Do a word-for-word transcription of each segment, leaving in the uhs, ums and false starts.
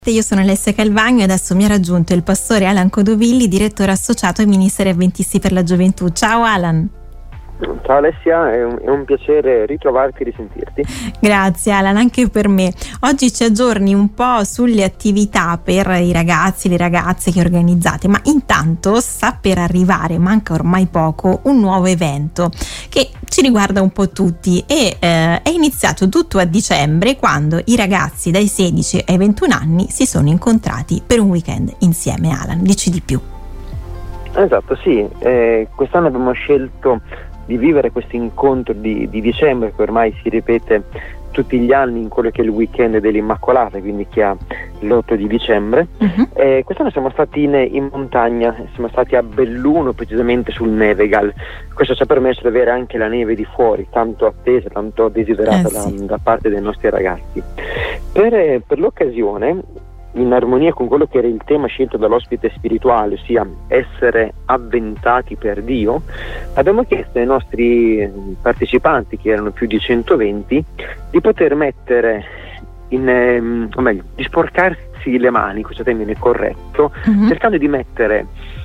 Io sono Alessia Calvagno e adesso mi ha raggiunto il pastore Alan Codovilli, direttore associato ai Ministeri Adventisti per la Gioventù. Ciao Alan. Ciao Alessia, è un, è un piacere ritrovarti e risentirti. Grazie Alan, anche per me. Oggi ci aggiorni un po' sulle attività per i ragazzi e le ragazze che organizzate, ma intanto sta per arrivare, manca ormai poco, un nuovo evento che ci riguarda un po' tutti e eh, è iniziato tutto a dicembre, quando i ragazzi dai sedici ai ventuno anni si sono incontrati per un weekend insieme. Alan, dici di più. Esatto, sì, eh, quest'anno abbiamo scelto di vivere questo incontro di, di dicembre, che ormai si ripete tutti gli anni in quello che è il weekend dell'Immacolata, quindi che ha l'otto di dicembre. Uh-huh. E quest'anno siamo stati in, in montagna, siamo stati a Belluno, precisamente sul Nevegal. Questo ci ha permesso di avere anche la neve di fuori, tanto attesa, tanto desiderata eh sì. da, da parte dei nostri ragazzi. Per, per l'occasione, in armonia con quello che era il tema scelto dall'ospite spirituale, ossia essere avventati per Dio, abbiamo chiesto ai nostri partecipanti, che erano più di centoventi, di poter mettere in, ehm, o meglio, di sporcarsi le mani, questo termine è corretto, uh-huh. cercando di mettere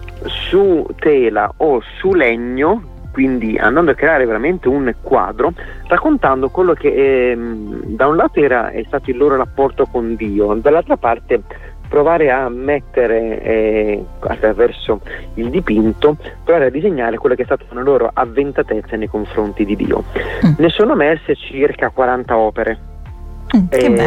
su tela o su legno, quindi andando a creare veramente un quadro, raccontando quello che eh, da un lato era è stato il loro rapporto con Dio, dall'altra parte provare a mettere eh, attraverso il dipinto, provare a disegnare quello che è stata una loro avventatezza nei confronti di Dio. Mm. Ne sono emerse circa quaranta opere. Mm, che eh,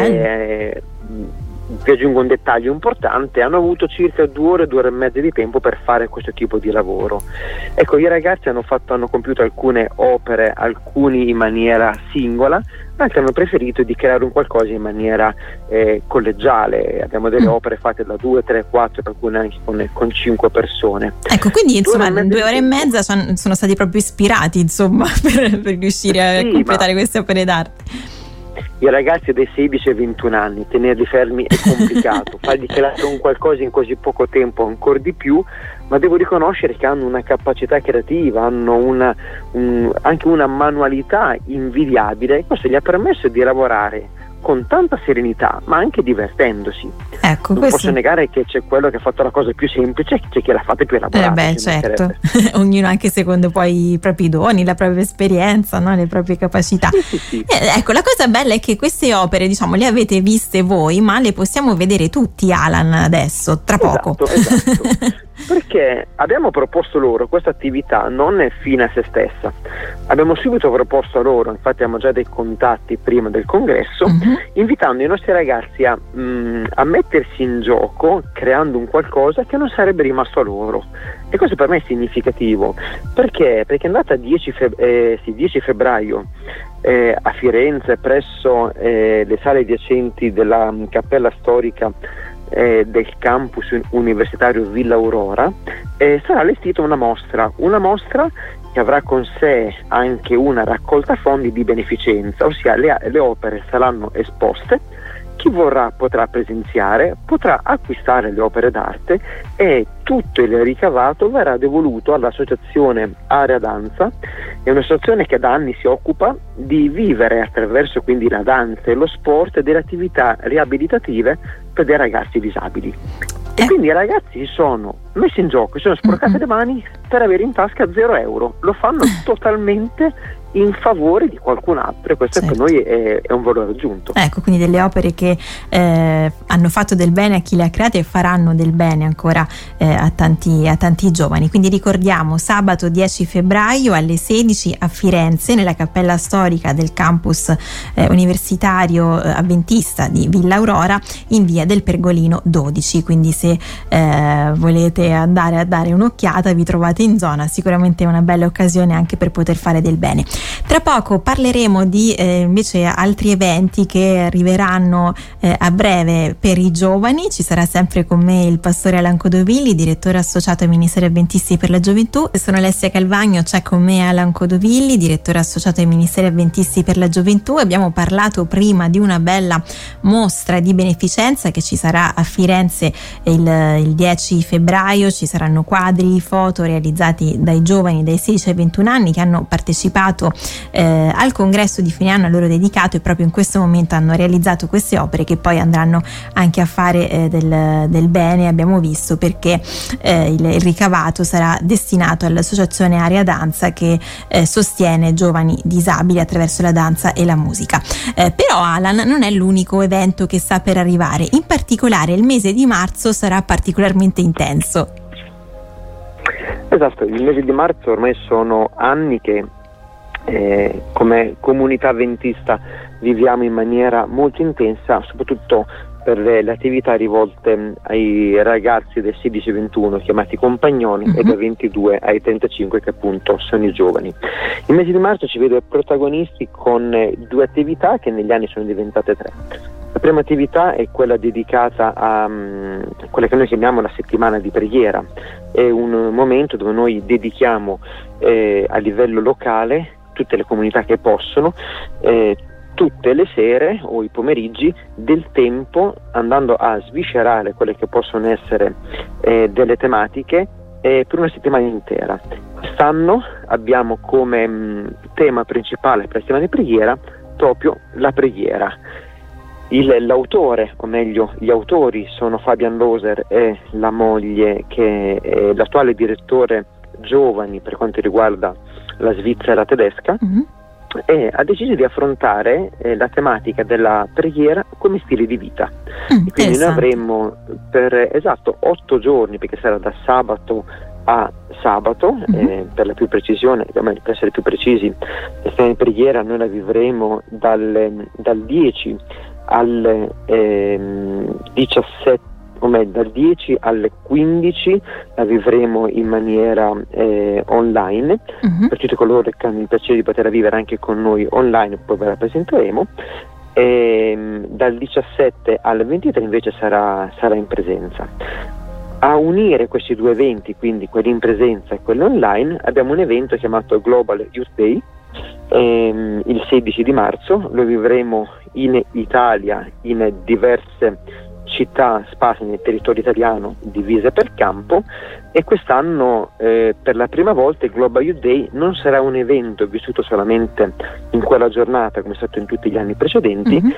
bello. Vi aggiungo un dettaglio importante: hanno avuto circa due ore, due ore e mezza di tempo per fare questo tipo di lavoro. Ecco, i ragazzi hanno fatto, hanno compiuto alcune opere, alcuni in maniera singola, altri hanno preferito di creare un qualcosa in maniera eh, collegiale. Abbiamo delle mm. opere fatte da due, tre, quattro, alcune anche con, con cinque persone. Ecco, quindi insomma due, due ore e mezza son, sono stati proprio ispirati, insomma, per, per riuscire sì, a completare ma... queste opere d'arte. I ragazzi dai sedici ai ventuno anni, tenerli fermi è complicato, fargli creare un qualcosa in così poco tempo ancora di più, ma devo riconoscere che hanno una capacità creativa, hanno una, un, anche una manualità invidiabile, e questo gli ha permesso di lavorare con tanta serenità, ma anche divertendosi. Ecco, non questo... posso negare che c'è quello che ha fatto la cosa più semplice, c'è chi l'ha fatta più elaborata. Eh beh, certo. Ognuno anche secondo poi i propri doni, la propria esperienza, no? Le proprie capacità. Sì, sì, sì. Eh, ecco, la cosa bella è che queste opere, diciamo, le avete viste voi, ma le possiamo vedere tutti, Alan, adesso, tra poco. Esatto, esatto. Perché abbiamo proposto loro questa attività non è fine a se stessa. Abbiamo subito proposto a loro, infatti abbiamo già dei contatti prima del congresso, uh-huh. invitando i nostri ragazzi a, mh, a mettersi in gioco, creando un qualcosa che non sarebbe rimasto a loro. E questo per me è significativo. Perché? Perché è andata dieci, feb- eh, sì, dieci febbraio eh, a Firenze, presso eh, le sale adiacenti della mh, Cappella Storica eh, del campus universitario Villa Aurora, eh, sarà allestita una mostra, una mostra che avrà con sé anche una raccolta fondi di beneficenza, ossia le, le opere saranno esposte. Chi vorrà potrà presenziare, potrà acquistare le opere d'arte e tutto il ricavato verrà devoluto all'associazione Area Danza. È un'associazione che da anni si occupa di vivere attraverso quindi la danza e lo sport delle attività riabilitative per dei ragazzi disabili. E quindi i ragazzi si sono messi in gioco, si sono sporcati le mani per avere in tasca zero euro. Lo fanno totalmente in favore di qualcun altro, e questo certo. per noi è, è un valore aggiunto. Ecco, quindi delle opere che eh, hanno fatto del bene a chi le ha create e faranno del bene ancora eh, a tanti a tanti giovani. Quindi ricordiamo, sabato dieci febbraio alle sedici a Firenze, nella Cappella Storica del campus eh, universitario eh, avventista di Villa Aurora, in via del Pergolino dodici. Quindi se eh, volete andare a dare un'occhiata, vi trovate in zona, sicuramente è una bella occasione anche per poter fare del bene. Tra poco parleremo di eh, invece altri eventi che arriveranno eh, a breve per i giovani. Ci sarà sempre con me il pastore Alan Codovilli, direttore associato ai Ministeri Adventisti per la Gioventù. Sono Alessia Calvagno, c'è con me Alan Codovilli, direttore associato ai Ministeri Adventisti per la Gioventù. Abbiamo parlato prima di una bella mostra di beneficenza che ci sarà a Firenze il, il dieci febbraio. Ci saranno quadri, foto realizzati dai giovani dai sedici ai ventuno anni che hanno partecipato eh, al congresso di fine anno a loro dedicato, e proprio in questo momento hanno realizzato queste opere che poi andranno anche a fare eh, del, del bene, abbiamo visto, perché eh, il, il ricavato sarà destinato all'associazione Aria Danza, che eh, sostiene giovani disabili attraverso la danza e la musica. Eh, però Alan non è l'unico evento che sta per arrivare, in particolare il mese di marzo sarà particolarmente intenso. Esatto, il mese di marzo ormai sono anni che eh, come comunità avventista viviamo in maniera molto intensa, soprattutto per le, le attività rivolte ai ragazzi del sedici ventuno chiamati compagnoni, mm-hmm. e dai ventidue ai trentacinque che appunto sono i giovani. Il mese di marzo ci vede protagonisti con eh, due attività che negli anni sono diventate tre. La prima attività è quella dedicata a um, quella che noi chiamiamo la settimana di preghiera. È un momento dove noi dedichiamo eh, a livello locale, tutte le comunità che possono, eh, tutte le sere o i pomeriggi del tempo, andando a sviscerare quelle che possono essere eh, delle tematiche eh, per una settimana intera. Quest'anno abbiamo come mh, tema principale per la settimana di preghiera proprio la preghiera. Il, l'autore, o meglio gli autori, sono Fabian Loser e la moglie, che è l'attuale direttore giovani per quanto riguarda la Svizzera tedesca, mm-hmm. e ha deciso di affrontare eh, la tematica della preghiera come stile di vita. Mm, quindi noi avremo per esatto otto giorni, perché sarà da sabato a sabato, mm-hmm. eh, per la più precisione, per essere più precisi, la settimana di preghiera noi la vivremo dal, dal dieci al ehm, diciassette, o meglio dal dieci alle quindici la vivremo in maniera eh, online, uh-huh. per tutti coloro che hanno il piacere di poterla vivere anche con noi online, poi ve la presenteremo. E dal diciassette al ventitré invece sarà, sarà in presenza. A unire questi due eventi, quindi quelli in presenza e quelli online, abbiamo un evento chiamato Global Youth Day, ehm, il sedici di marzo. Lo vivremo in Italia, in diverse città sparse nel territorio italiano, divise per campo, e quest'anno eh, per la prima volta il Global Youth Day non sarà un evento vissuto solamente in quella giornata come è stato in tutti gli anni precedenti, mm-hmm.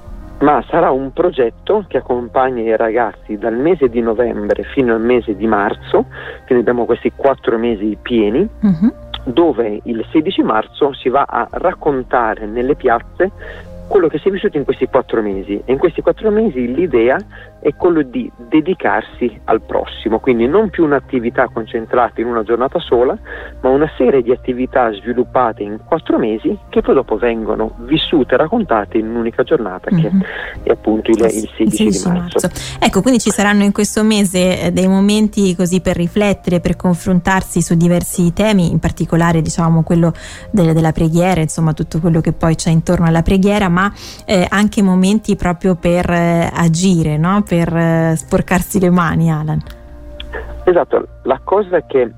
ma sarà un progetto che accompagna i ragazzi dal mese di novembre fino al mese di marzo, quindi abbiamo questi quattro mesi pieni, mm-hmm. dove il sedici marzo si va a raccontare nelle piazze quello che si è vissuto in questi quattro mesi, e in questi quattro mesi l'idea è quello di dedicarsi al prossimo, quindi non più un'attività concentrata in una giornata sola, ma una serie di attività sviluppate in quattro mesi che poi dopo vengono vissute e raccontate in un'unica giornata, che mm-hmm. è appunto il, il sedici di marzo. Ecco, quindi ci saranno in questo mese dei momenti così per riflettere, per confrontarsi su diversi temi, in particolare diciamo quello de- della preghiera, insomma tutto quello che poi c'è intorno alla preghiera, ma eh, anche momenti proprio per eh, agire, no? Per eh, sporcarsi le mani, Alan. Esatto, la cosa che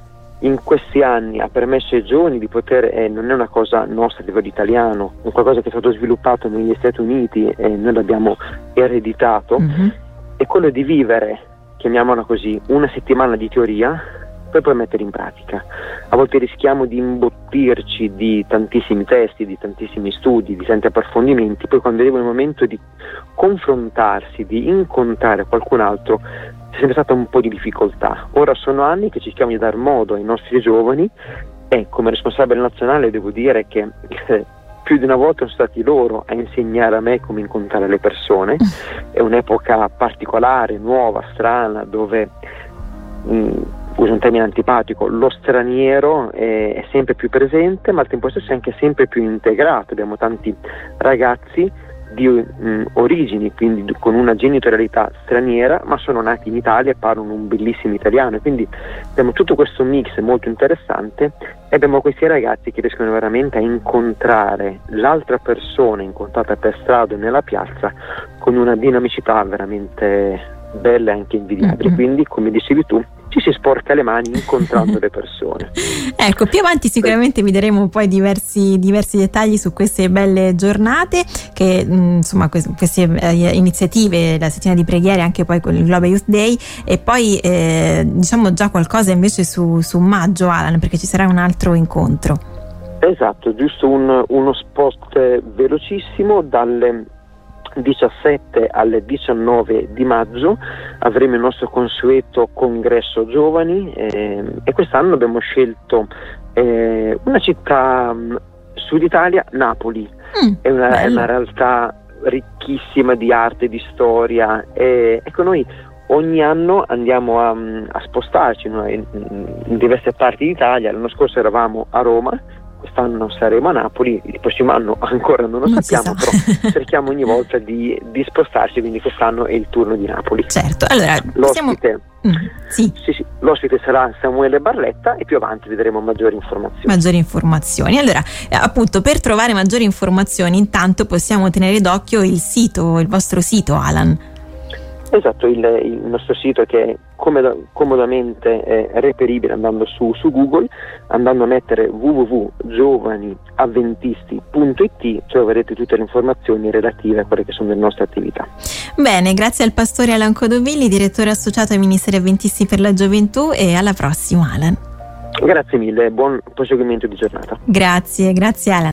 in questi anni ha permesso ai giovani di poter, eh, non è una cosa nostra a livello italiano, è qualcosa che è stato sviluppato negli Stati Uniti e noi l'abbiamo ereditato, mm-hmm. è quello di vivere, chiamiamola così, una settimana di teoria per poi mettere in pratica. A volte rischiamo di imbottirci di tantissimi testi, di tantissimi studi, di tanti approfondimenti, poi quando arriva il momento di confrontarsi, di incontrare qualcun altro, c'è sempre stata un po' di difficoltà. Ora sono anni che cerchiamo di dar modo ai nostri giovani, e come responsabile nazionale devo dire che eh, più di una volta sono stati loro a insegnare a me come incontrare le persone. È un'epoca particolare, nuova, strana, dove mh, uso un termine antipatico, lo straniero è, è sempre più presente, ma al tempo stesso è anche sempre più integrato. Abbiamo tanti ragazzi di mh, origini, quindi d- con una genitorialità straniera, ma sono nati in Italia e parlano un bellissimo italiano, e quindi abbiamo tutto questo mix molto interessante, e abbiamo questi ragazzi che riescono veramente a incontrare l'altra persona incontrata per strada e nella piazza con una dinamicità veramente bella e anche invidiabile. Mm-hmm. Quindi, come dicevi tu, ci si sporca le mani incontrando le persone. Ecco, più avanti sicuramente vi daremo poi diversi, diversi dettagli su queste belle giornate, che mh, insomma queste, queste eh, iniziative, la settimana di preghiere, anche poi con il Global Youth Day, e poi eh, diciamo già qualcosa invece su, su maggio, Alan, perché ci sarà un altro incontro. Esatto, giusto un, uno spot velocissimo. Dalle diciassette alle diciannove di maggio avremo il nostro consueto congresso giovani eh, e quest'anno abbiamo scelto eh, una città mh, Sud Italia, Napoli. Mm, è, una, è una realtà ricchissima di arte, di storia e ecco, noi ogni anno andiamo a, a spostarci no? in, in diverse parti d'Italia. L'anno scorso eravamo a Roma, quest'anno saremo a Napoli, il prossimo anno ancora non lo non sappiamo, però cerchiamo ogni volta di, di spostarci, quindi quest'anno è il turno di Napoli. Certo, allora l'ospite, mm, sì. Sì, sì, l'ospite sarà Samuele Barletta e più avanti vedremo maggiori informazioni. Maggiori informazioni. Allora, eh, appunto, per trovare maggiori informazioni, intanto possiamo tenere d'occhio il sito, il vostro sito, Alan. Esatto, il, il nostro sito che è comodo, comodamente eh, reperibile andando su, su Google, andando a mettere w w w punto giovani avventisti punto i t, troverete tutte le informazioni relative a quelle che sono le nostre attività. Bene, grazie al pastore Alan Codovilli, direttore associato ai Ministeri Avventisti per la Gioventù, e alla prossima, Alan. Grazie mille, buon proseguimento di giornata. Grazie, grazie Alan.